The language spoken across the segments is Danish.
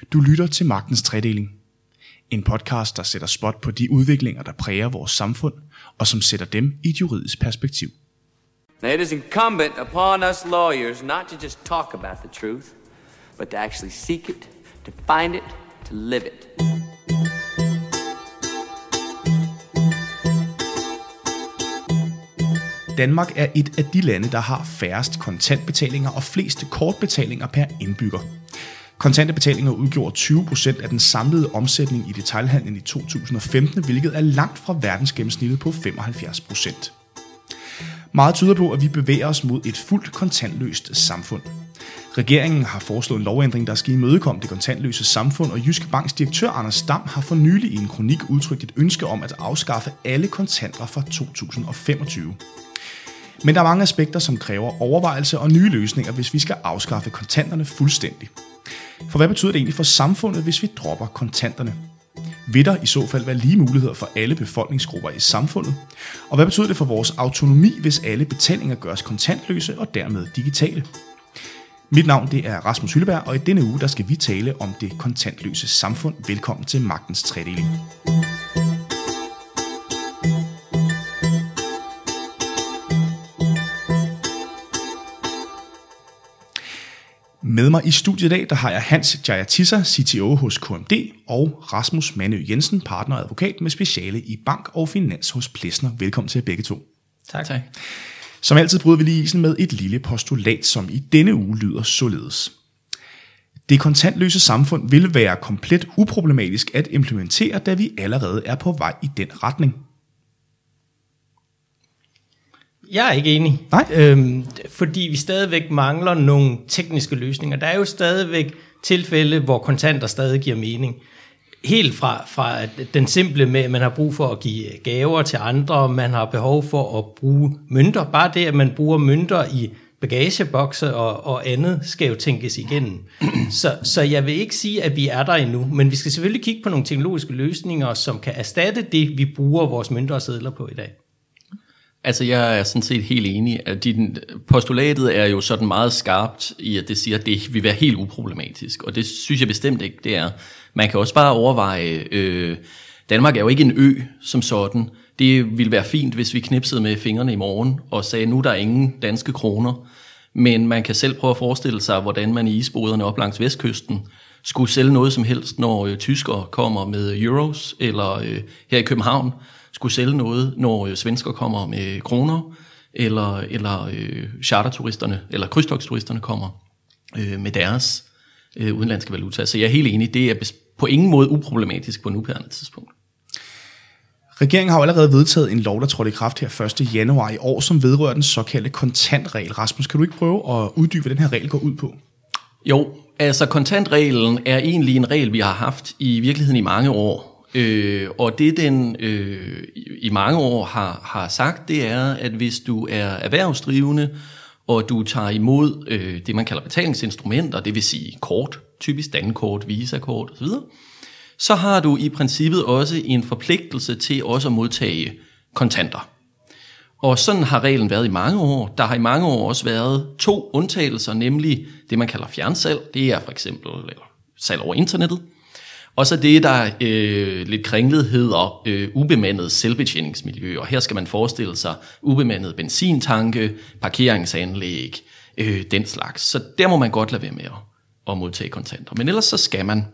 Du lytter til Magtens Tredeling. En podcast, der sætter spot på de udviklinger, der præger vores samfund, og som sætter dem i et juridisk perspektiv. Now, it is incumbent upon us lawyers not to just talk about the truth, but to actually seek it, to find it, to live it. Danmark er et af de lande, der har færrest kontantbetalinger og flest kortbetalinger per indbygger. Kontante betalinger udgjorde 20% af den samlede omsætning i detailhandlen i 2015, hvilket er langt fra verdensgennemsnittet på 75%. Meget tyder på, at vi bevæger os mod et fuldt kontantløst samfund. Regeringen har foreslået en lovændring, der skal imødekomme det kontantløse samfund, og Jyske Banks direktør Anders Dam har for nylig i en kronik udtrykt et ønske om at afskaffe alle kontanter fra 2025. Men der er mange aspekter, som kræver overvejelse og nye løsninger, hvis vi skal afskaffe kontanterne fuldstændig. For hvad betyder det egentlig for samfundet, hvis vi dropper kontanterne? Vil der i så fald være lige muligheder for alle befolkningsgrupper i samfundet? Og hvad betyder det for vores autonomi, hvis alle betalinger gøres kontantløse og dermed digitale? Mit navn det er Rasmus Hylleberg, og i denne uge der skal vi tale om det kontantløse samfund. Velkommen til Magtens Tredeling. Med mig i studiet i dag, der har jeg Hans Jayatissa, CTO hos KMD, og Rasmus Manø Jensen, partner og advokat med speciale i bank og finans hos Plesner. Velkommen til jer begge to. Tak. Som altid bryder vi lige isen med et lille postulat, som i denne uge lyder således. Det kontantløse samfund vil være komplet uproblematisk at implementere, da vi allerede er på vej i den retning. Jeg er ikke enig, Nej. Fordi vi stadigvæk mangler nogle tekniske løsninger. Der er jo stadigvæk tilfælde, hvor kontanter stadig giver mening. Helt fra den simple med, at man har brug for at give gaver til andre, man har behov for at bruge mønter. Bare det, at man bruger mønter i bagagebokse og andet, skal jo tænkes igennem. Så jeg vil ikke sige, at vi er der endnu, men vi skal selvfølgelig kigge på nogle teknologiske løsninger, som kan erstatte det, vi bruger vores mønter og sedler på i dag. Altså jeg er sådan set helt enig, at postulatet er jo sådan meget skarpt i, at det siger, at det vil være helt uproblematisk, og det synes jeg bestemt ikke, det er. Man kan også bare overveje, Danmark er jo ikke en ø som sådan. Det ville være fint, hvis vi knipsede med fingrene i morgen og sagde, nu der er ingen danske kroner, men man kan selv prøve at forestille sig, hvordan man i isboderne op langs vestkysten skulle sælge noget som helst, når tyskere kommer med euros, eller her i København, skulle sælge noget, når svensker kommer med kroner, eller charterturisterne, eller krydstogtsturisterne kommer med deres udenlandske valuta. Så jeg er helt enig, det er på ingen måde uproblematisk på nuværende tidspunkt. Regeringen har jo allerede vedtaget en lov, der trådte i kraft her 1. januar i år, som vedrører den såkaldte kontantregel. Rasmus, kan du ikke prøve at uddybe, hvad den her regel går ud på? Jo, altså kontantreglen er egentlig en regel, vi har haft i virkeligheden i mange år. Og det den i mange år har sagt, det er, at hvis du er erhvervsdrivende, og du tager imod det, man kalder betalingsinstrumenter, det vil sige kort, typisk dankort, visakort osv., så har du i princippet også en forpligtelse til også at modtage kontanter. Og sådan har reglen været i mange år. Der har i mange år også været 2 undtagelser, nemlig det, man kalder fjernsalg. Det er for eksempel salg over internettet. Og så det, der lidt kringlet hedder ubemandet selvbetjeningsmiljø. Og her skal man forestille sig ubemandet benzintanke, parkeringsanlæg, den slags. Så der må man godt lade være med at modtage kontanter. Men ellers så skal man.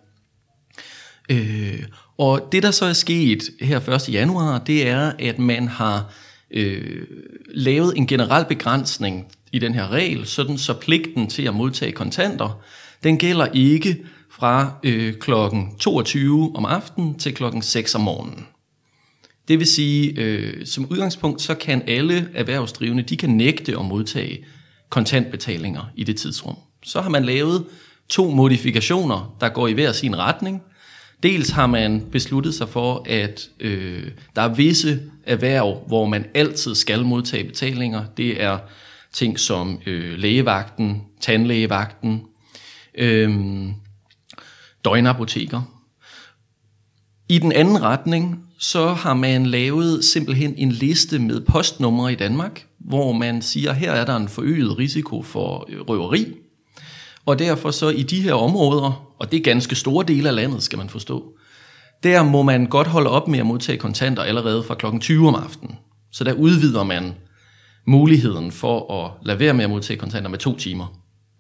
Og det, der så er sket her 1. januar, det er, at man har lavet en generel begrænsning i den her regel, sådan så pligten til at modtage kontanter, den gælder ikke fra klokken 22 om aftenen til klokken 6 om morgenen. Det vil sige, som udgangspunkt, så kan alle erhvervsdrivende, de kan nægte at modtage kontantbetalinger i det tidsrum. Så har man lavet 2 modifikationer, der går i hver sin retning. Dels har man besluttet sig for, at der er visse erhverv, hvor man altid skal modtage betalinger. Det er ting som lægevagten, tandlægevagten, døgnapoteker. I den anden retning, så har man lavet simpelthen en liste med postnumre i Danmark, hvor man siger, her er der en forøget risiko for røveri. Og derfor så i de her områder, og det er ganske store dele af landet, skal man forstå, der må man godt holde op med at modtage kontanter allerede fra klokken 20 om aftenen. Så der udvider man muligheden for at lade være med at modtage kontanter med 2 timer.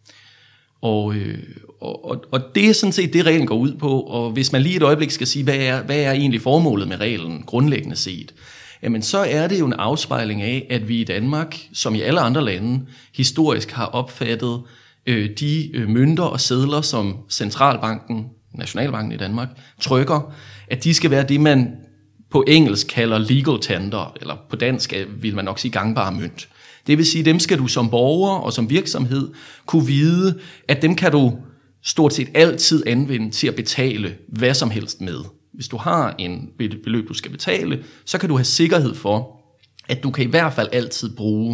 Og det er sådan set det, reglen går ud på. Og hvis man lige et øjeblik skal sige, hvad er egentlig formålet med reglen grundlæggende set, jamen så er det jo en afspejling af, at vi i Danmark, som i alle andre lande, historisk har opfattet de mønter og sedler, som centralbanken, Nationalbanken i Danmark, trykker, at de skal være det, man på engelsk kalder legal tender, eller på dansk vil man nok sige gangbare mønt. Det vil sige, dem skal du som borger og som virksomhed kunne vide, at dem kan du stort set altid anvende til at betale hvad som helst med. Hvis du har en beløb, du skal betale, så kan du have sikkerhed for, at du kan i hvert fald altid bruge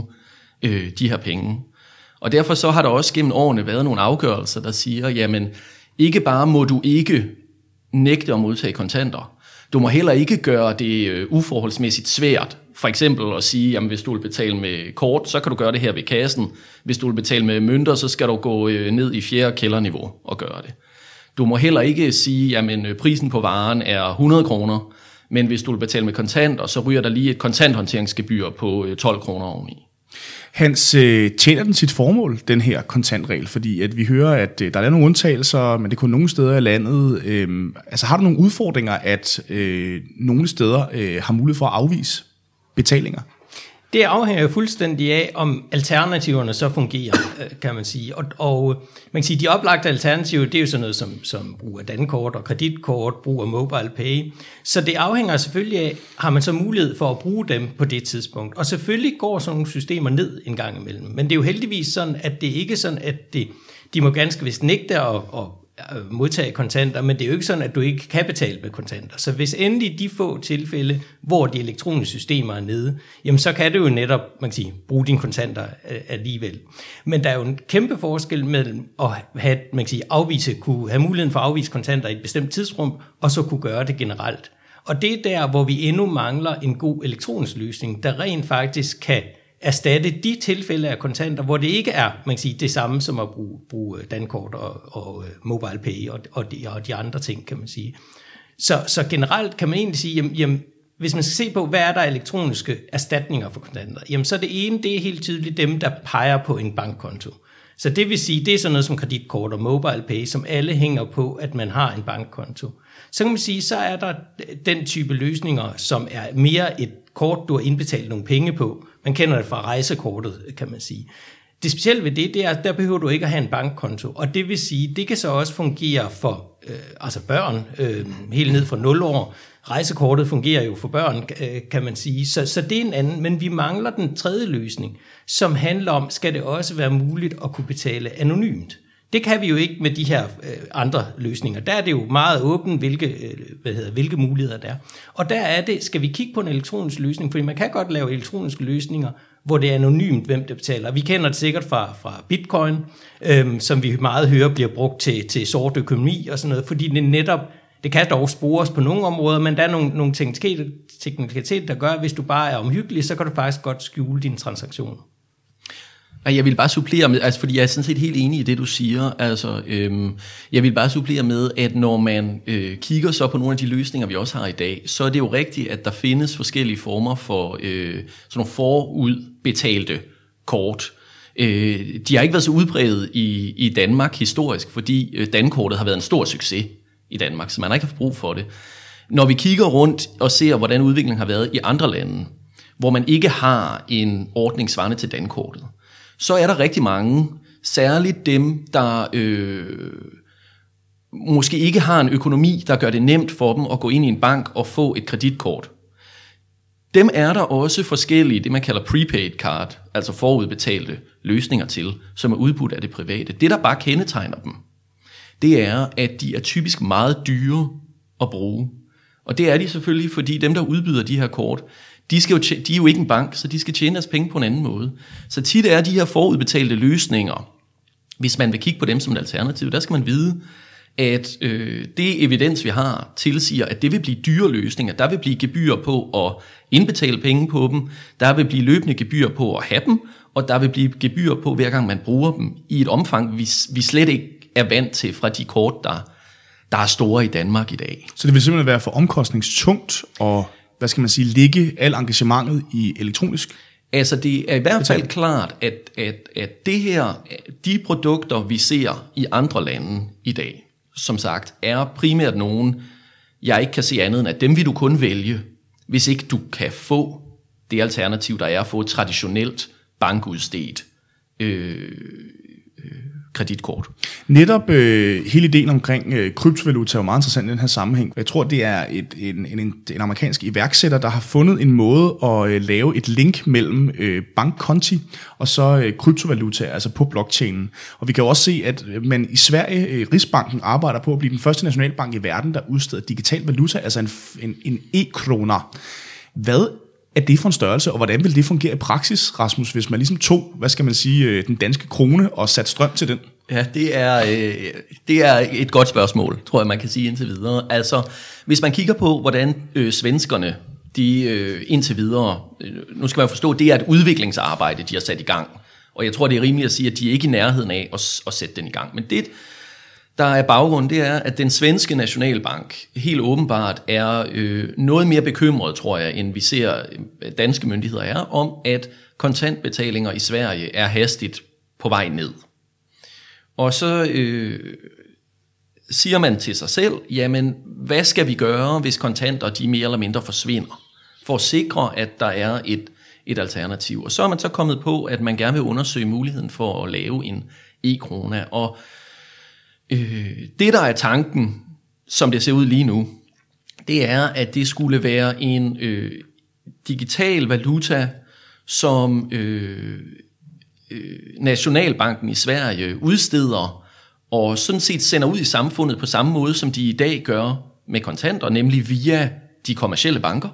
de her penge. Og derfor så har der også gennem årene været nogle afgørelser, der siger, jamen ikke bare må du ikke nægte at modtage kontanter, du må heller ikke gøre det uforholdsmæssigt svært. For eksempel at sige, jamen hvis du vil betale med kort, så kan du gøre det her ved kassen. Hvis du vil betale med mønter, så skal du gå ned i 4. kælderniveau og gøre det. Du må heller ikke sige, jamen prisen på varen er 100 kroner, men hvis du vil betale med kontanter, så ryger der lige et kontanthåndteringsgebyr på 12 kroner oveni. Hans, tjener den sit formål, den her kontantregel? Fordi at vi hører, at der er nogle undtagelser, men det er kun nogle steder i landet. Altså har du nogle udfordringer, at nogle steder har mulighed for at afvise betalinger? Det afhænger jo fuldstændig af, om alternativerne så fungerer, kan man sige. Og man kan sige, de oplagte alternativer, det er jo sådan noget som brug af dankort og kreditkort, brug af mobile pay. Så det afhænger selvfølgelig af, har man så mulighed for at bruge dem på det tidspunkt. Og selvfølgelig går sådan nogle systemer ned en gang imellem. Men det er jo heldigvis sådan, at det ikke er sådan, at de må ganske vist nægte at modtage kontanter, men det er jo ikke sådan, at du ikke kan betale med kontanter. Så hvis endelig de få tilfælde, hvor de elektroniske systemer er nede, jamen så kan du jo netop, man kan sige, bruge dine kontanter alligevel. Men der er jo en kæmpe forskel mellem at have, man kan sige, kunne have muligheden for at afvise kontanter i et bestemt tidsrum, og så kunne gøre det generelt. Og det er der, hvor vi endnu mangler en god elektronisk løsning, der rent faktisk kan erstatte de tilfælde af kontanter, hvor det ikke er, man kan sige, det samme som at bruge dankort og mobile pay og de andre ting, kan man sige. Så generelt kan man egentlig sige, jamen, hvis man skal se på, hvad er der elektroniske erstatninger for kontanter, jamen så det ene, det er helt tydeligt dem, der peger på en bankkonto. Så det vil sige, det er sådan noget som kreditkort og mobile pay, som alle hænger på, at man har en bankkonto. Så kan man sige, så er der den type løsninger, som er mere et kort, du har indbetalt nogle penge på. Man kender det fra rejsekortet, kan man sige. Det specielle ved det er, at der behøver du ikke at have en bankkonto. Og det vil sige, det kan så også fungere for børn, helt ned fra 0 år. Rejsekortet fungerer jo for børn, kan man sige. Så det er en anden. Men vi mangler den tredje løsning, som handler om, skal det også være muligt at kunne betale anonymt. Det kan vi jo ikke med de her andre løsninger. Der er det jo meget åbent, hvilke muligheder der er. Og der er det, skal vi kigge på en elektronisk løsning, fordi man kan godt lave elektroniske løsninger, hvor det er anonymt, hvem det betaler. Vi kender det sikkert fra Bitcoin, som vi meget hører bliver brugt til sort økonomi og sådan noget, fordi det netop, det kan dog spores på nogle områder, men der er nogle teknikaliteter, der gør, at hvis du bare er omhyggelig, så kan du faktisk godt skjule dine transaktioner. Jeg vil bare supplere med, altså fordi jeg er sådan set helt enig i det, du siger. Altså, jeg vil bare supplere med, at når man kigger så på nogle af de løsninger, vi også har i dag, så er det jo rigtigt, at der findes forskellige former for sådan nogle forudbetalte kort. De har ikke været så udbredt i Danmark historisk, fordi dankortet har været en stor succes i Danmark, så man har ikke haft brug for det. Når vi kigger rundt og ser, hvordan udviklingen har været i andre lande, hvor man ikke har en ordning svarende til dankortet, så er der rigtig mange, særligt dem, der måske ikke har en økonomi, der gør det nemt for dem at gå ind i en bank og få et kreditkort. Dem er der også forskellige, det man kalder prepaid card, altså forudbetalte løsninger til, som er udbudt af det private. Det, der bare kendetegner dem, det er, at de er typisk meget dyre at bruge. Og det er de selvfølgelig, fordi dem, der udbyder de her kort, de er jo ikke en bank, så de skal tjene deres penge på en anden måde. Så tit er de her forudbetalte løsninger, hvis man vil kigge på dem som et alternativ, der skal man vide, at det evidens, vi har, tilsiger, at det vil blive dyre løsninger. Der vil blive gebyr på at indbetale penge på dem, der vil blive løbende gebyr på at have dem, og der vil blive gebyr på, hver gang man bruger dem, i et omfang, vi slet ikke er vant til fra de kort, der er store i Danmark i dag. Så det vil simpelthen være for omkostningstungt og, hvad skal man sige, ligge al engagementet i elektronisk? Altså det er i hvert fald klart, at det her, de produkter, vi ser i andre lande i dag, som sagt, er primært nogen, jeg ikke kan se andet end, at dem vil du kun vælge, hvis ikke du kan få det alternativ, der er at få et traditionelt bankudstedt kreditkort. Netop hele ideen omkring kryptovaluta er jo meget interessant i den her sammenhæng. Jeg tror, det er en amerikansk iværksætter, der har fundet en måde at lave et link mellem bankkonti og så kryptovaluta, altså på blockchainen. Og vi kan jo også se, at man i Sverige, Rigsbanken, arbejder på at blive den første nationalbank i verden, der udsteder digital valuta, altså en e-kroner. Hvad er det for en størrelse, og hvordan vil det fungere i praksis, Rasmus, hvis man ligesom tog, hvad skal man sige, den danske krone og satte strøm til den? Ja, det er et godt spørgsmål, tror jeg, man kan sige indtil videre. Altså, hvis man kigger på, hvordan svenskerne, de indtil videre, nu skal man forstå, det er et udviklingsarbejde, de har sat i gang. Og jeg tror, det er rimeligt at sige, at de er ikke i nærheden af at sætte den i gang. Men det, der er baggrunden, det er, at den svenske nationalbank helt åbenbart er noget mere bekymret, tror jeg, end vi ser danske myndigheder er, om at kontantbetalinger i Sverige er hastigt på vej ned. Og så siger man til sig selv, jamen hvad skal vi gøre, hvis kontanter de mere eller mindre forsvinder, for at sikre, at der er et alternativ. Og så er man så kommet på, at man gerne vil undersøge muligheden for at lave en e-krona. Og det, der er tanken, som det ser ud lige nu, det er, at det skulle være en digital valuta, som Nationalbanken i Sverige udsteder, og sådan set sender ud i samfundet på samme måde, som de i dag gør med kontanter, nemlig via de kommercielle banker.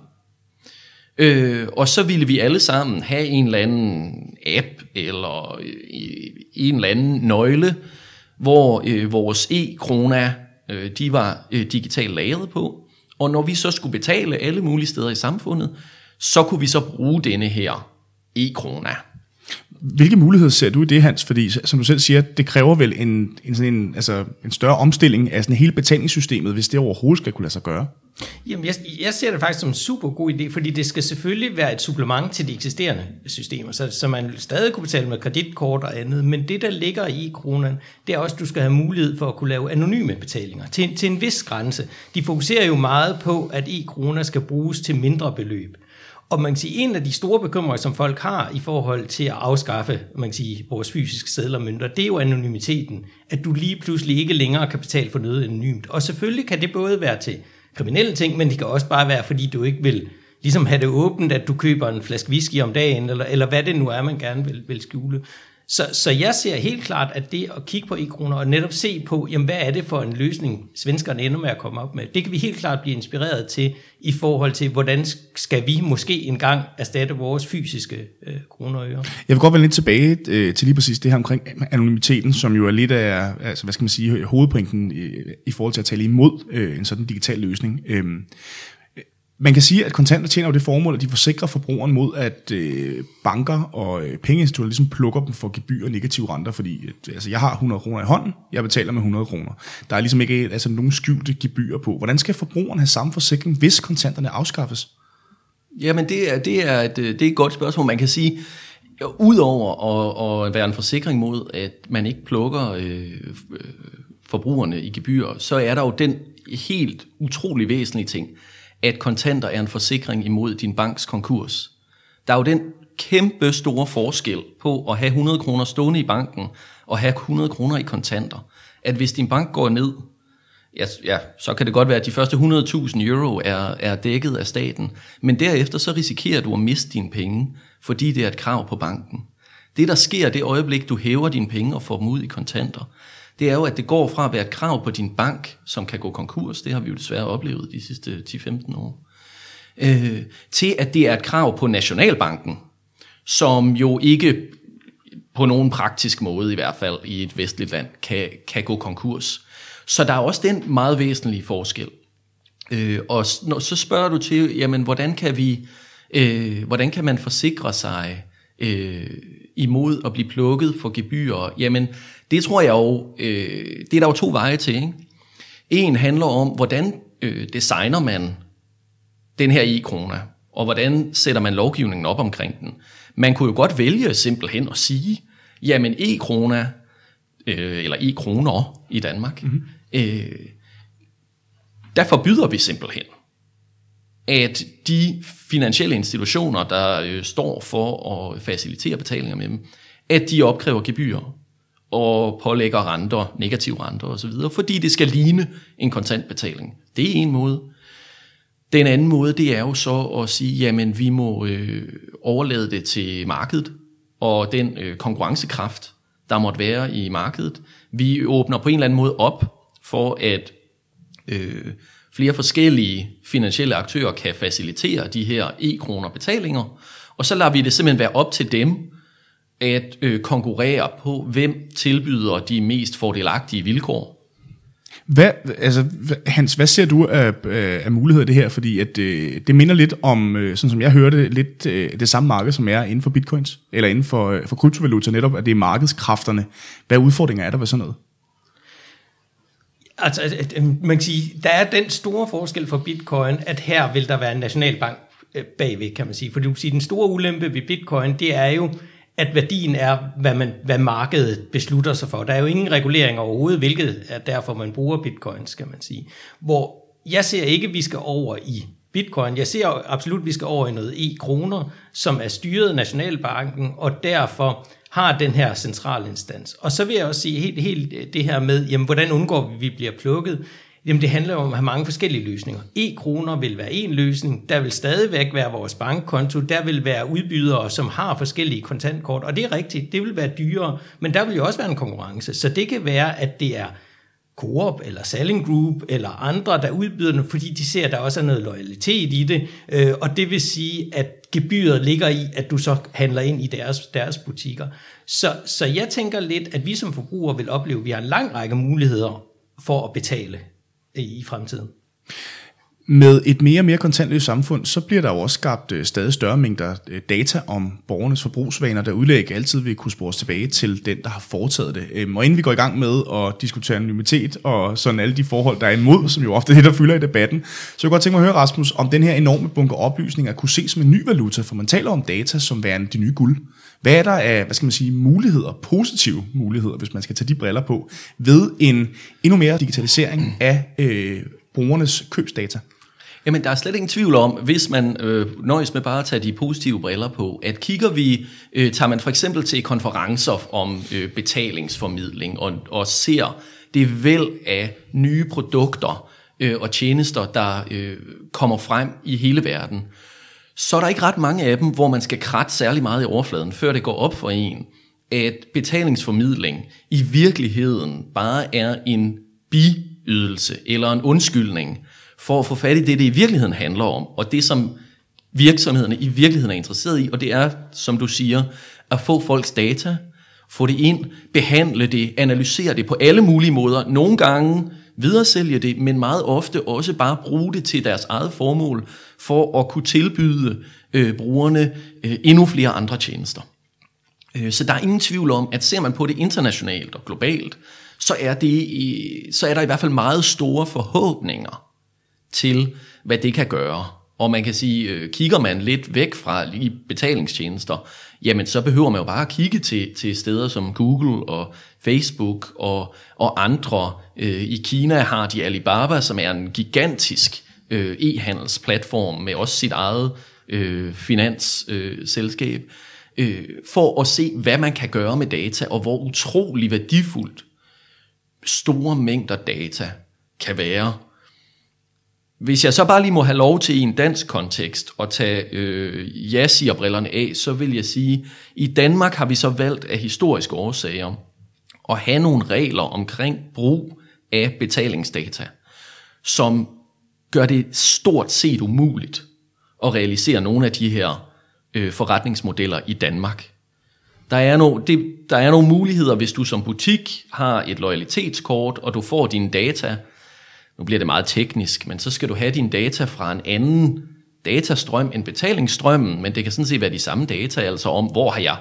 Og så ville vi alle sammen have en eller anden app, eller en eller anden nøgle, hvor vores e-krona, de var digitalt lagret på, og når vi så skulle betale alle mulige steder i samfundet, så kunne vi så bruge denne her e-krona. Hvilke muligheder ser du i det, Hans? Fordi, som du selv siger, det kræver vel en større omstilling af sådan hele betalingssystemet, hvis det overhovedet skal kunne lade sig gøre. Jamen, jeg ser det faktisk som en super god idé, fordi det skal selvfølgelig være et supplement til de eksisterende systemer, så man stadig kunne betale med kreditkort og andet, men det, der ligger i kronen, det er også, at du skal have mulighed for at kunne lave anonyme betalinger til en vis grænse. De fokuserer jo meget på, at e-kroner skal bruges til mindre beløb. Og man kan sige, en af de store bekymringer, som folk har i forhold til at afskaffe, man kan sige, vores fysiske sedler og mønter, det er jo anonymiteten, at du lige pludselig ikke længere kan betale for noget anonymt. Og selvfølgelig kan det både være til kriminelle ting, men det kan også bare være, fordi du ikke vil ligesom have det åbent, at du køber en flaske whisky om dagen, eller hvad det nu er, man gerne vil skjule. Så jeg ser helt klart, at det at kigge på e-kroner og netop se på, jamen hvad er det for en løsning, svenskerne ender med at komme op med, det kan vi helt klart blive inspireret til i forhold til, hvordan skal vi måske engang erstatte vores fysiske kroner og øre. Jeg vil godt vende lidt tilbage til lige præcis det her omkring anonymiteten, som jo er lidt af, altså hvad skal man sige, hovedpointen i forhold til at tale imod en sådan digital løsning. Man kan sige, at kontanter tjener jo det formål, at de forsikrer forbrugeren mod, at banker og pengeinstitutter ligesom plukker dem for gebyr og negative renter, fordi altså, jeg har 100 kroner i hånden, jeg betaler med 100 kroner. Der er ligesom ikke nogen skjulte gebyrer på. Hvordan skal forbrugeren have samme forsikring, hvis kontanterne afskaffes? Jamen det er et godt spørgsmål. Man kan sige, udover at være en forsikring mod, at man ikke plukker forbrugerne i gebyrer, så er der jo den helt utrolig væsentlige ting, at kontanter er en forsikring imod din banks konkurs. Der er jo den kæmpe store forskel på at have 100 kroner stående i banken og have 100 kroner i kontanter. At hvis din bank går ned, ja, så kan det godt være, at de første 100.000 euro er dækket af staten, men derefter så risikerer du at miste dine penge, fordi det er et krav på banken. Det, der sker det øjeblik, du hæver dine penge og får dem ud i kontanter, det er jo, at det går fra at være et krav på din bank, som kan gå konkurs, det har vi jo desværre oplevet de sidste 10-15 år, til at det er et krav på Nationalbanken, som jo ikke på nogen praktisk måde, i hvert fald i et vestligt land, kan gå konkurs. Så der er også den meget væsentlige forskel. Og så spørger du til, jamen hvordan kan man forsikre sig imod at blive plukket for gebyrer? Jamen det tror jeg jo, det er der jo to veje til, ikke? En handler om, hvordan designer man den her e-krone, og hvordan sætter man lovgivningen op omkring den. Man kunne jo godt vælge simpelthen at sige, jamen e-krone, eller e-kroner i Danmark, der forbyder vi simpelthen, at de finansielle institutioner, der står for at facilitere betalinger med dem, at de opkræver gebyrer og pålægger renter, negative renter osv., fordi det skal ligne en kontantbetaling. Det er en måde. Den anden måde, det er jo så at sige, jamen vi må overlade det til markedet og den konkurrencekraft, der måtte være i markedet. Vi åbner på en eller anden måde op for, at flere forskellige finansielle aktører kan facilitere de her e-kroner betalinger, og så lader vi det simpelthen være op til dem at konkurrere på, hvem tilbyder de mest fordelagtige vilkår. Hans, hvad ser du af muligheder i det her? Fordi at, det minder lidt om, sådan som jeg hørte, lidt det samme marked, som er inden for bitcoins, eller inden for kryptovaluta, netop, at det er markedskræfterne. Hvad udfordringer er der ved sådan noget? Altså, man kan sige, der er den store forskel for bitcoin, at her vil der være en nationalbank bagved, kan man sige. For du kan sige, den store ulempe ved bitcoin, det er jo, at værdien er, hvad markedet beslutter sig for. Der er jo ingen regulering overhovedet, hvilket er derfor, man bruger bitcoin, skal man sige. Hvor jeg ser ikke, at vi skal over i bitcoin. Jeg ser absolut, at vi skal over i noget e-kroner, som er styret af Nationalbanken, og derfor har den her centralinstans. Og så vil jeg også sige helt det her med, jamen, hvordan undgår vi bliver plukket? Jamen, det handler om at have mange forskellige løsninger. E-kroner vil være en løsning. Der vil stadigvæk være vores bankkonto. Der vil være udbydere, som har forskellige kontantkort. Og det er rigtigt, det vil være dyrere. Men der vil jo også være en konkurrence. Så det kan være, at det er Coop eller Salling Group eller andre, der udbyder den, fordi de ser, at der også er noget loyalitet i det. Og det vil sige, at gebyret ligger i, at du så handler ind i deres butikker. Så jeg tænker lidt, at vi som forbrugere vil opleve, at vi har en lang række muligheder for at betale i fremtiden. Med et mere og mere kontantløst samfund, så bliver der jo også skabt stadig større mængder data om borgernes forbrugsvaner, der udlæg altid vil kunne spores tilbage til den, der har foretaget det. Og inden vi går i gang med at diskutere anonymitet og sådan alle de forhold, der er imod, som jo ofte er det, der fylder i debatten, så jeg godt tænke mig at høre, Rasmus, om den her enorme bunke oplysninger kunne ses som en ny valuta, for man taler om data som værende de nye guld. Hvad er der af, muligheder, positive muligheder, hvis man skal tage de briller på, ved en endnu mere digitalisering af brugernes købsdata? Jamen, der er slet ingen tvivl om, hvis man nøjes med bare at tage de positive briller på, at tager man for eksempel til konferencer om betalingsformidling og ser det væld af nye produkter og tjenester, der kommer frem i hele verden, så er der ikke ret mange af dem, hvor man skal kratte særlig meget i overfladen, før det går op for en, at betalingsformidling i virkeligheden bare er en biydelse eller en undskyldning for at få fat i det i virkeligheden handler om, og det som virksomhederne i virkeligheden er interesseret i, og det er, som du siger, at få folks data, få det ind, behandle det, analysere det på alle mulige måder, nogle gange videresælge det, men meget ofte også bare bruge det til deres eget formål, for at kunne tilbyde brugerne endnu flere andre tjenester. Så der er ingen tvivl om, at ser man på det internationalt og globalt, så er der i hvert fald meget store forhåbninger til, hvad det kan gøre. Og man kan sige, kigger man lidt væk fra i betalingstjenester, jamen så behøver man jo bare at kigge til steder som Google og Facebook og andre. I Kina har de Alibaba, som er en gigantisk e-handelsplatform med også sit eget finansselskab, for at se, hvad man kan gøre med data, og hvor utrolig værdifuldt store mængder data kan være. Hvis jeg så bare lige må have lov til i en dansk kontekst at tage ja-siger-brillerne af, så vil jeg sige, i Danmark har vi så valgt af historiske årsager at have nogle regler omkring brug af betalingsdata, som gør det stort set umuligt at realisere nogle af de her forretningsmodeller i Danmark. Der er nogle muligheder, hvis du som butik har et loyalitetskort, og du får dine data. Nu bliver det meget teknisk, men så skal du have dine data fra en anden datastrøm end betalingsstrømmen, men det kan sådan set være de samme data, altså om hvor har jeg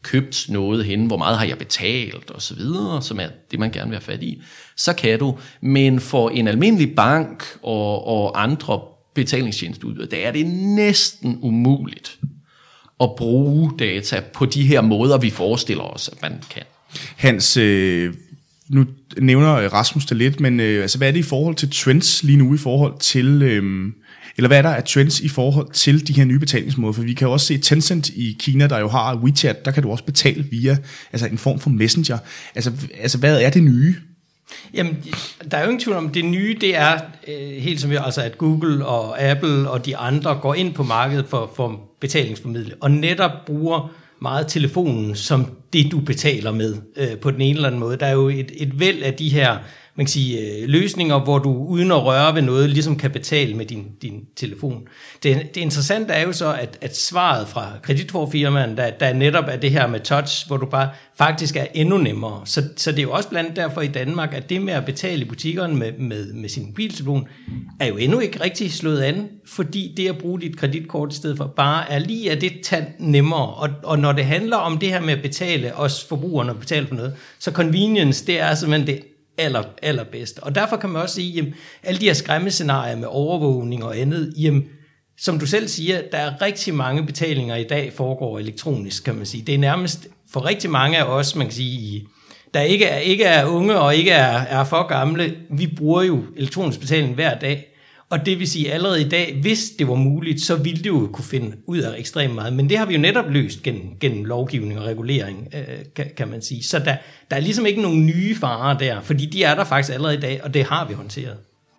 købt noget hen, hvor meget har jeg betalt og så videre, som er det, man gerne vil have fat i, så kan du. Men for en almindelig bank og andre betalingstjenesteudbydere, der er det næsten umuligt at bruge data på de her måder, vi forestiller os, at man kan. Hans, nu nævner Rasmus det lidt, men altså, hvad er det i forhold til trends lige nu i forhold til, eller hvad er der af trends i forhold til de her nye betalingsmåder? For vi kan jo også se Tencent i Kina, der jo har WeChat, der kan du også betale via altså en form for messenger. Altså hvad er det nye? Jamen, der er jo ingen tvivl om, det nye, det er helt som altså at Google og Apple og de andre går ind på markedet for betalingsformidling, og netop bruger meget telefonen som det, du betaler med på den ene eller anden måde. Der er jo et væld af de her, man kan sige, løsninger, hvor du uden at røre ved noget, ligesom kan betale med din telefon. Det interessante er jo så, at svaret fra kreditkortfirmaen, der netop er det her med touch, hvor du bare faktisk er endnu nemmere. Så det er jo også blandt derfor i Danmark, at det med at betale i butikkerne med sin mobiltelefon, er jo endnu ikke rigtig slået an, fordi det at bruge dit kreditkort i stedet for bare er lige af det tand nemmere. Og når det handler om det her med at betale, os forbrugerne at betale for noget, så convenience, det er simpelthen det allerbedste. Og derfor kan man også sige, at alle de her skræmmescenarier med overvågning og andet, jamen, som du selv siger, der er rigtig mange betalinger i dag foregår elektronisk, kan man sige. Det er nærmest for rigtig mange af os, man kan sige, der ikke er unge og ikke er for gamle, vi bruger jo elektronisk betaling hver dag. Og det vil sige, allerede i dag, hvis det var muligt, så ville det jo kunne finde ud af ekstremt meget. Men det har vi jo netop løst gennem lovgivning og regulering, kan man sige. Så der er ligesom ikke nogen nye farer der, fordi de er der faktisk allerede i dag, og det har vi håndteret.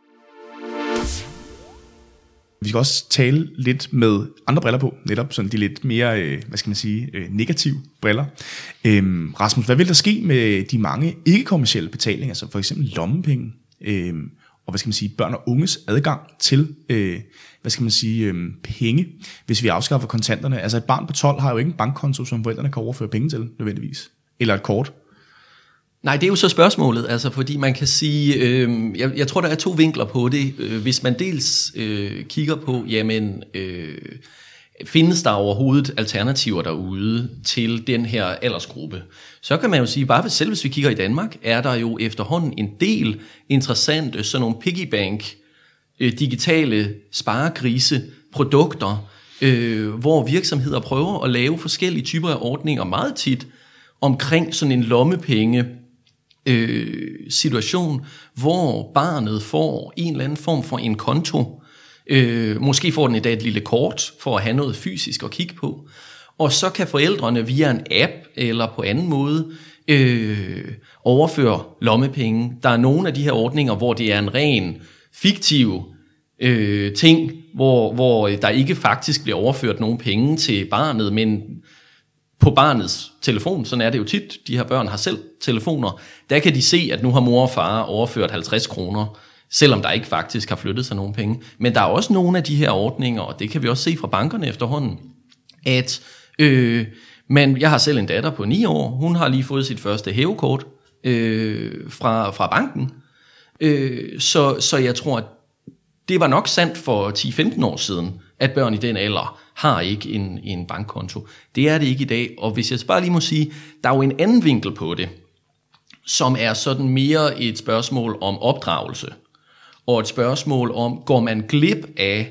Vi skal også tale lidt med andre briller på, netop sådan de lidt mere, negative briller. Rasmus, hvad vil der ske med de mange ikke-kommercielle betalinger, som for eksempel lommepenge, og børn og unges adgang til penge, hvis vi afskaffer kontanterne? Altså et barn på 12 har jo ikke en bankkonto, som forældrene kan overføre penge til, nødvendigvis. Eller et kort. Nej, det er jo så spørgsmålet, altså fordi man kan sige, jeg tror der er to vinkler på det. Hvis man dels kigger på, jamen findes der overhovedet alternativer derude til den her aldersgruppe, så kan man jo sige, bare selv hvis vi kigger i Danmark, er der jo efterhånden en del interessante sådan nogle piggybank, digitale sparegrise produkter, hvor virksomheder prøver at lave forskellige typer af ordninger meget tit omkring sådan en lommepenge situation, hvor barnet får en eller anden form for en konto. Måske får den i dag et lille kort for at have noget fysisk at kigge på, og så kan forældrene via en app eller på anden måde overføre lommepenge. Der er nogle af de her ordninger, hvor det er en ren fiktiv ting, hvor der ikke faktisk bliver overført nogen penge til barnet, men på barnets telefon, sådan er det jo tit, de her børn har selv telefoner, der kan de se, at nu har mor og far overført 50 kroner, selvom der ikke faktisk har flyttet sig nogen penge. Men der er også nogle af de her ordninger, og det kan vi også se fra bankerne efterhånden, at jeg har selv en datter på 9 år, hun har lige fået sit første hævekort fra banken, så jeg tror, at det var nok sandt for 10-15 år siden, at børn i den alder har ikke en bankkonto. Det er det ikke i dag, og hvis jeg bare lige må sige, der er jo en anden vinkel på det, som er sådan mere et spørgsmål om opdragelse, og et spørgsmål om, går man glip af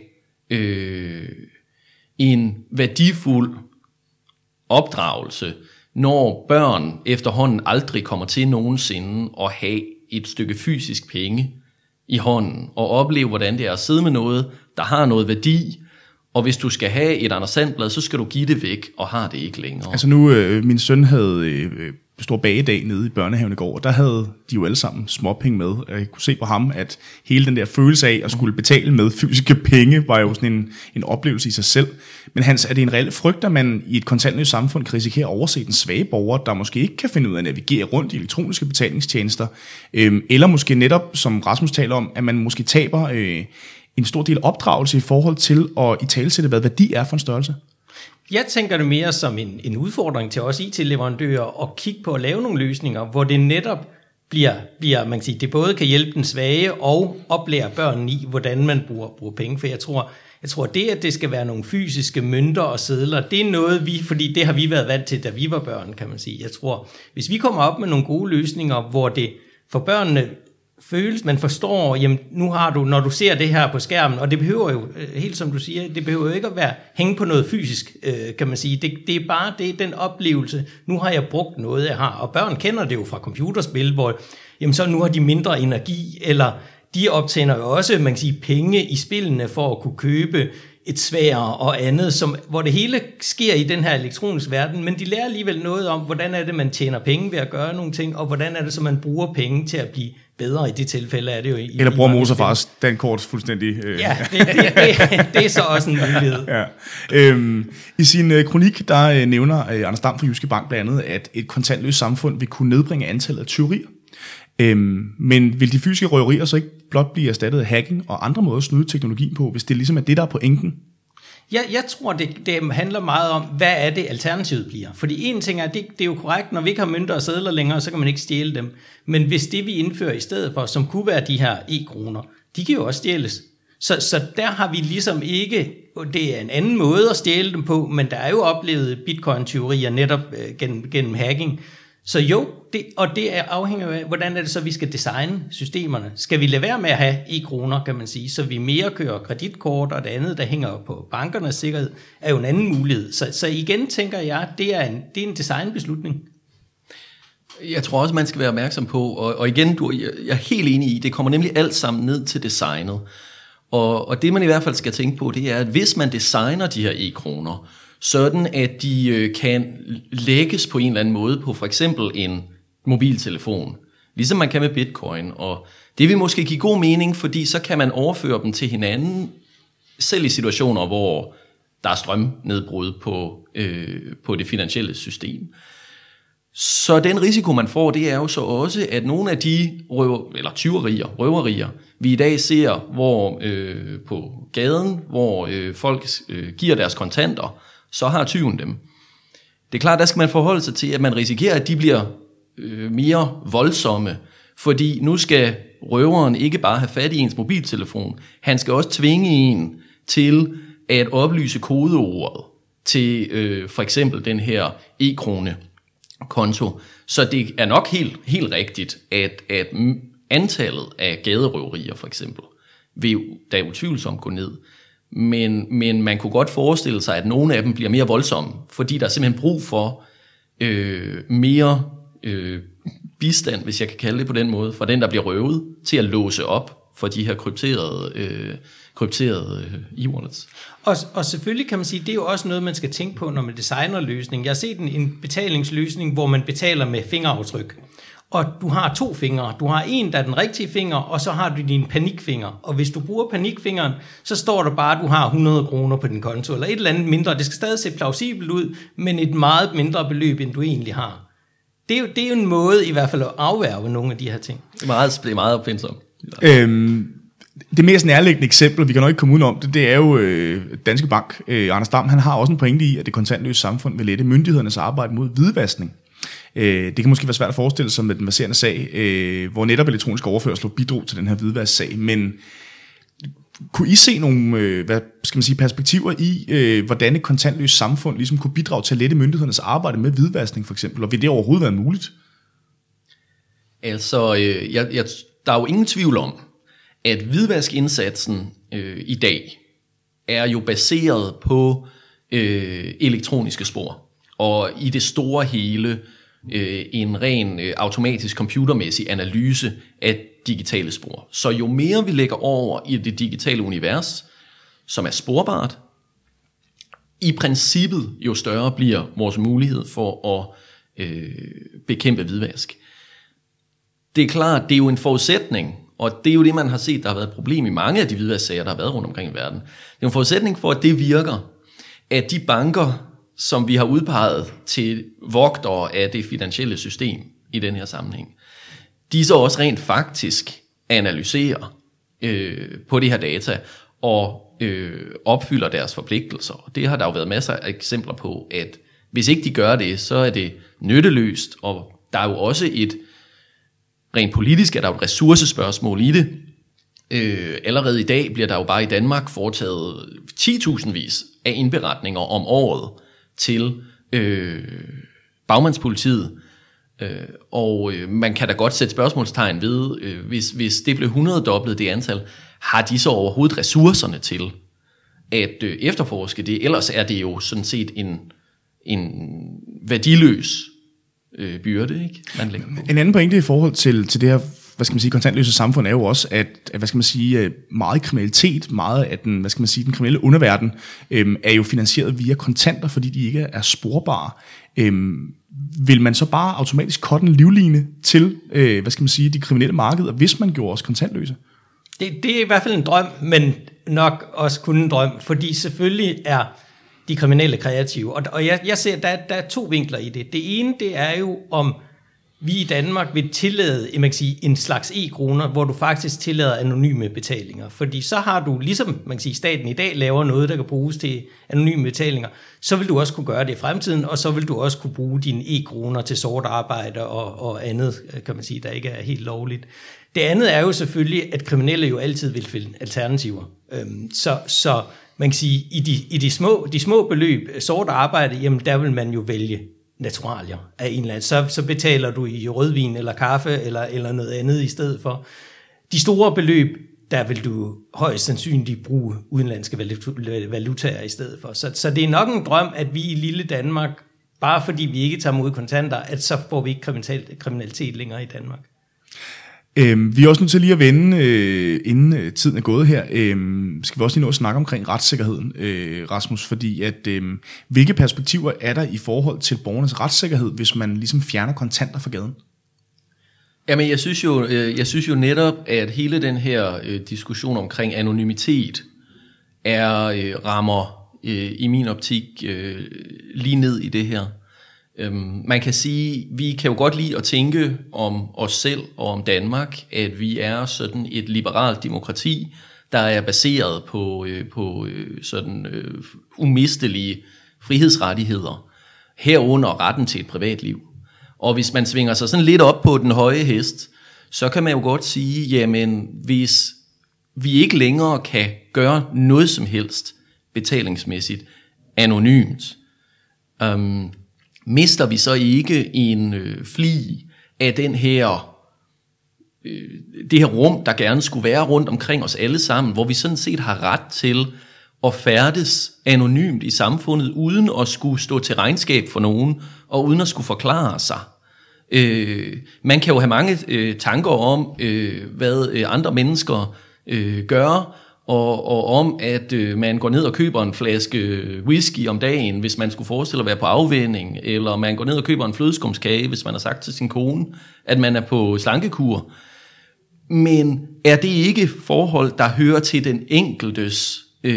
en værdifuld opdragelse, når børn efterhånden aldrig kommer til nogensinde at have et stykke fysisk penge i hånden, og opleve, hvordan det er at sidde med noget, der har noget værdi, og hvis du skal have et Anders Sandblad, så skal du give det væk, og har det ikke længere. Altså nu, min søn havde stor bagedag nede i børnehaven i går, og der havde de jo alle sammen småpenge med, og jeg kunne se på ham, at hele den der følelse af at skulle betale med fysiske penge, var jo sådan en oplevelse i sig selv. Men Hans, er det en reel frygt, at man i et kontantløst samfund kan risikere at overse den svage borger, der måske ikke kan finde ud af at navigere rundt i elektroniske betalingstjenester, eller måske netop, som Rasmus taler om, at man måske taber en stor del opdragelse i forhold til at italesætte, hvad værdi er for en størrelse? Jeg tænker det mere som en udfordring til os IT-leverandører at kigge på at lave nogle løsninger, hvor det netop bliver, man kan sige, det både kan hjælpe den svage og oplære børnene i, hvordan man bruger penge. For jeg tror det, at det skal være nogle fysiske mønter og sedler, det er noget fordi det har vi været vant til, da vi var børn, kan man sige. Jeg tror, hvis vi kommer op med nogle gode løsninger, hvor det for børnene føles, man forstår, jamen nu har du, når du ser det her på skærmen, og det behøver jo, helt som du siger, det behøver jo ikke at hænge på noget fysisk, kan man sige. Det er bare den oplevelse, nu har jeg brugt noget, jeg har. Og børn kender det jo fra computerspil, hvor jamen så nu har de mindre energi, eller de optjener jo også, man kan sige, penge i spillene for at kunne købe et sværd og andet, hvor det hele sker i den her elektroniske verden, men de lærer alligevel noget om, hvordan er det, man tjener penge ved at gøre nogle ting, og hvordan er det, så man bruger penge til at blive bedre. I det tilfælde er det jo eller bruger mor og fars dankort fuldstændig. Ja, det er så også en mulighed. Ja. I sin kronik, der nævner Anders Dam fra Jyske Bank blandt andet, at et kontantløst samfund vil kunne nedbringe antallet af tyverier. Men vil de fysiske røverier så ikke blot blive erstattet af hacking og andre måder at snyde teknologien på, hvis det ligesom er det, der er pointen? Ja, jeg tror, det handler meget om, hvad er det alternativet bliver. Fordi en ting er, det er jo korrekt, når vi ikke har mønter og sedler længere, så kan man ikke stjæle dem. Men hvis det, vi indfører i stedet for, som kunne være de her e-kroner, de kan jo også stjæles. Så der har vi ligesom ikke, det er en anden måde at stjæle dem på, men der er jo oplevet bitcoin-tyverier netop gennem hacking. Så jo, det afhænger af, hvordan er det så, vi skal designe systemerne. Skal vi lade være med at have e-kroner, kan man sige, så vi mere kører kreditkort, og det andet, der hænger på bankernes sikkerhed, er jo en anden mulighed. Så igen tænker jeg, det er en designbeslutning. Jeg tror også, man skal være opmærksom på, og igen, jeg er helt enig i, det kommer nemlig alt sammen ned til designet. Og det man i hvert fald skal tænke på, det er, at hvis man designer de her e-kroner, sådan at de kan lægges på en eller anden måde på for eksempel en mobiltelefon, ligesom man kan med bitcoin, og det vil måske give god mening, fordi så kan man overføre dem til hinanden, selv i situationer, hvor der er strømnedbrud på det finansielle system. Så den risiko, man får, det er jo så også, at nogle af de røverier, vi i dag ser på gaden, hvor folk giver deres kontanter, så har tyven dem. Det er klart, der skal man forholde sig til, at man risikerer, at de bliver mere voldsomme, fordi nu skal røveren ikke bare have fat i ens mobiltelefon, han skal også tvinge en til at oplyse kodeordet til for eksempel den her e-krone-konto. Så det er nok helt rigtigt, at antallet af gaderøverier for eksempel vil da utvivlsomt gå ned. Men man kunne godt forestille sig, at nogle af dem bliver mere voldsomme, fordi der er simpelthen brug for mere bistand, hvis jeg kan kalde det på den måde, for den, der bliver røvet, til at låse op for de her krypterede e-wallets. Og selvfølgelig kan man sige, det er jo også noget, man skal tænke på, når man designer løsning. Jeg har set en betalingsløsning, hvor man betaler med fingeraftryk. Og du har 2 fingre. Du har en, der er den rigtige finger, og så har du din panikfinger. Og hvis du bruger panikfingeren, så står der bare, at du har 100 kroner på din konto, eller et eller andet mindre. Det skal stadig se plausibelt ud, men et meget mindre beløb, end du egentlig har. Det er jo en måde i hvert fald at afværge nogle af de her ting. Det er meget opfindsomt. Det mest nærliggende eksempel, vi kan nok ikke komme udenom det er jo Danske Bank. Anders Dam, han har også en pointe i, at det kontantløse samfund vil lette myndighedernes arbejde mod hvidvaskning. Det kan måske være svært at forestille sig med den verserende sag, hvor netop elektronisk overførsel bidrog til den her hvidvasksag, men kunne I se nogle perspektiver i, hvordan et kontantløst samfund ligesom kunne bidrage til at lette myndighedernes arbejde med hvidvaskning for eksempel, og vil det overhovedet være muligt? Altså, der er jo ingen tvivl om, at hvidvaskindsatsen i dag er jo baseret på elektroniske spor, og i det store hele en ren automatisk computermæssig analyse af digitale spor. Så jo mere vi lægger over i det digitale univers, som er sporbart, i princippet jo større bliver vores mulighed for at bekæmpe hvidvask. Det er klart, det er jo en forudsætning, og det er jo det, man har set, der har været et problem i mange af de hvidvasksager, der har været rundt omkring i verden. Det er en forudsætning for, at det virker, at de banker, som vi har udpeget til vogtere af det finansielle system i den her sammenhæng, de så også rent faktisk analyserer på de her data og opfylder deres forpligtelser. Og det har der jo været masser af eksempler på, at hvis ikke de gør det, så er det nytteløst, og der er jo også et rent politisk er der jo et ressourcespørgsmål i det. Allerede i dag bliver der jo bare i Danmark foretaget 10.000vis af indberetninger om året til bagmandspolitiet. Og man kan da godt sætte spørgsmålstegn ved, hvis det blev 100-doblet det antal, har de så overhovedet ressourcerne til at efterforske det? Ellers er det jo sådan set en værdiløs byrde, ikke? Man lægger på. En anden pointe i forhold til det her, hvad skal man sige, kontantløse samfund er jo også, at hvad skal man sige, meget kriminalitet, meget af den, hvad skal man sige, den kriminelle underverden, er jo finansieret via kontanter, fordi de ikke er sporbare. Vil man så bare automatisk cutte en livline til, hvad skal man sige, de kriminelle markeder, hvis man gjorde os kontantløse? Det er i hvert fald en drøm, men nok også kun en drøm, fordi selvfølgelig er de kriminelle kreative. Og jeg ser, der er to vinkler i det. Det ene, det er jo, om vi i Danmark vil tillade, man kan sige, en slags e-kroner, hvor du faktisk tillader anonyme betalinger. Fordi så har du, ligesom man kan sige, staten i dag laver noget, der kan bruges til anonyme betalinger, så vil du også kunne gøre det i fremtiden, og så vil du også kunne bruge dine e-kroner til sort arbejde og andet, kan man sige, der ikke er helt lovligt. Det andet er jo selvfølgelig, at kriminelle jo altid vil finde alternativer. Så man kan sige, i de små beløb, sort arbejde, jamen der vil man jo vælge naturalier af en eller anden. Så betaler du i rødvin eller kaffe eller noget andet i stedet for. De store beløb, der vil du højst sandsynligt bruge udenlandske valutaer i stedet for. Så det er nok en drøm, at vi i lille Danmark, bare fordi vi ikke tager mod kontanter, at så får vi ikke kriminalitet længere i Danmark. Vi er også nødt til lige at vende, inden tiden er gået her, skal vi også lige nå at snakke omkring retssikkerheden, Rasmus, fordi at hvilke perspektiver er der i forhold til borgernes retssikkerhed, hvis man ligesom fjerner kontanter fra gaden? Jamen, jeg synes jo netop, at hele den her diskussion omkring anonymitet rammer i min optik lige ned i det her. Man kan sige, vi kan jo godt lide at tænke om os selv og om Danmark, at vi er sådan et liberalt demokrati, der er baseret på sådan umistelige frihedsrettigheder, herunder retten til et privatliv. Og hvis man svinger sig sådan lidt op på den høje hest, så kan man jo godt sige, jamen hvis vi ikke længere kan gøre noget som helst betalingsmæssigt anonymt, mister vi så ikke en fli af det her rum, der gerne skulle være rundt omkring os alle sammen, hvor vi sådan set har ret til at færdes anonymt i samfundet, uden at skulle stå til regnskab for nogen, og uden at skulle forklare sig. Man kan jo have mange tanker om, hvad andre mennesker gør, og om, at man går ned og køber en flaske whisky om dagen, hvis man skulle forestille at være på afvænning, eller man går ned og køber en flødeskumskage, hvis man har sagt til sin kone, at man er på slankekur. Men er det ikke forhold, der hører til den enkeltes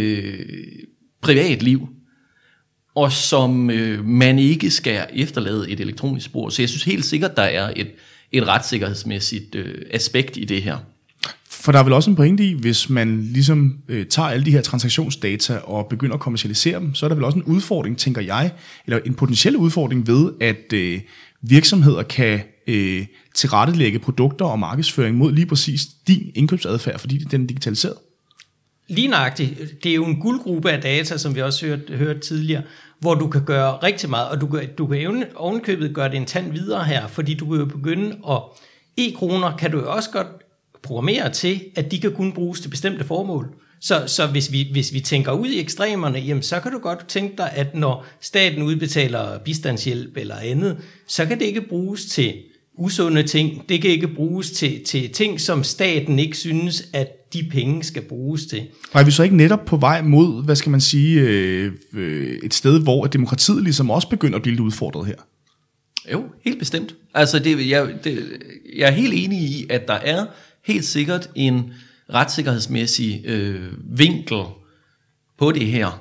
privatliv, og som man ikke skal efterlade et elektronisk spor? Så jeg synes helt sikkert, der er et retssikkerhedsmæssigt aspekt i det her. For der er vel også en pointe i, hvis man ligesom tager alle de her transaktionsdata og begynder at kommercialisere dem, så er der vel også en udfordring, tænker jeg, eller en potentiel udfordring ved, at virksomheder kan tilrettelægge produkter og markedsføring mod lige præcis din indkøbsadfærd, fordi den er digitaliseret. Lige nøjagtigt. Det er jo en guldgruppe af data, som vi også hørte tidligere, hvor du kan gøre rigtig meget, og du kan ovenkøbet gøre det en tand videre her, fordi du kan jo begynde at e-kroner kan du jo også godt programmere til, at de kan kun bruges til bestemte formål. Så hvis vi tænker ud i ekstremerne, jamen, så kan du godt tænke dig, at når staten udbetaler bistandshjælp eller andet, så kan det ikke bruges til usunde ting. Det kan ikke bruges til ting, som staten ikke synes, at de penge skal bruges til. Og er vi så ikke netop på vej mod, hvad skal man sige, et sted, hvor demokratiet ligesom også begynder at blive udfordret her? Jo, helt bestemt. Altså, jeg er helt enig i, at der er helt sikkert en retssikkerhedsmæssig vinkel på det her.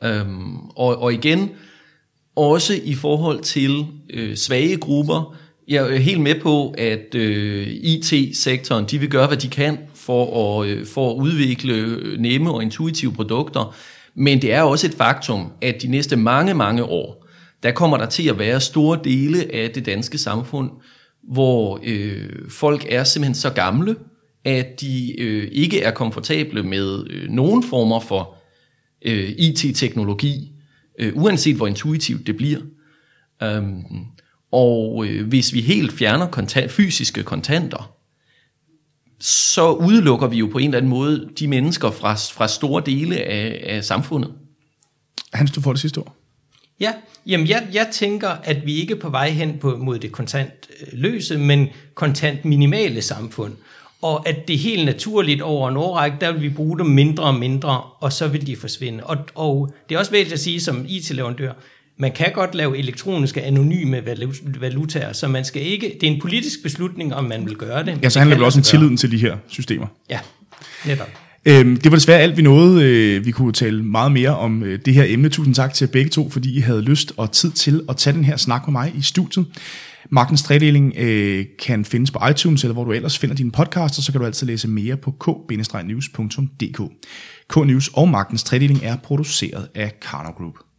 Og igen, også i forhold til svage grupper. Jeg er helt med på, at IT-sektoren, de vil gøre, hvad de kan for at udvikle nemme og intuitive produkter. Men det er også et faktum, at de næste mange, mange år, der kommer der til at være store dele af det danske samfund, hvor folk er simpelthen så gamle, at de ikke er komfortable med nogen former for IT-teknologi, uanset hvor intuitivt det bliver. Og hvis vi helt fjerner fysiske kontanter, så udelukker vi jo på en eller anden måde de mennesker fra store dele af samfundet. Hans, du får det sidste ord. Ja, jamen jeg tænker, at vi ikke er på vej hen mod det kontantløse, men kontant minimale samfund. Og at det helt naturligt over en årrække, der vil vi bruge dem mindre og mindre, og så vil de forsvinde. Og det er også væsentligt at sige som IT-leverandør, man kan godt lave elektroniske anonyme valutaer, så man skal ikke, det er en politisk beslutning, om man vil gøre det. Ja, så handler det også om tilliden til de her systemer. Ja, netop. Det var desværre alt, vi nåede. Vi kunne tale meget mere om det her emne. Tusind tak til begge to, fordi I havde lyst og tid til at tage den her snak med mig i studiet. Magtens Tredeling kan findes på iTunes, eller hvor du ellers finder dine podcaster, så kan du altid læse mere på k-news.dk. K-News og Magtens Tredeling er produceret af Karnov Group.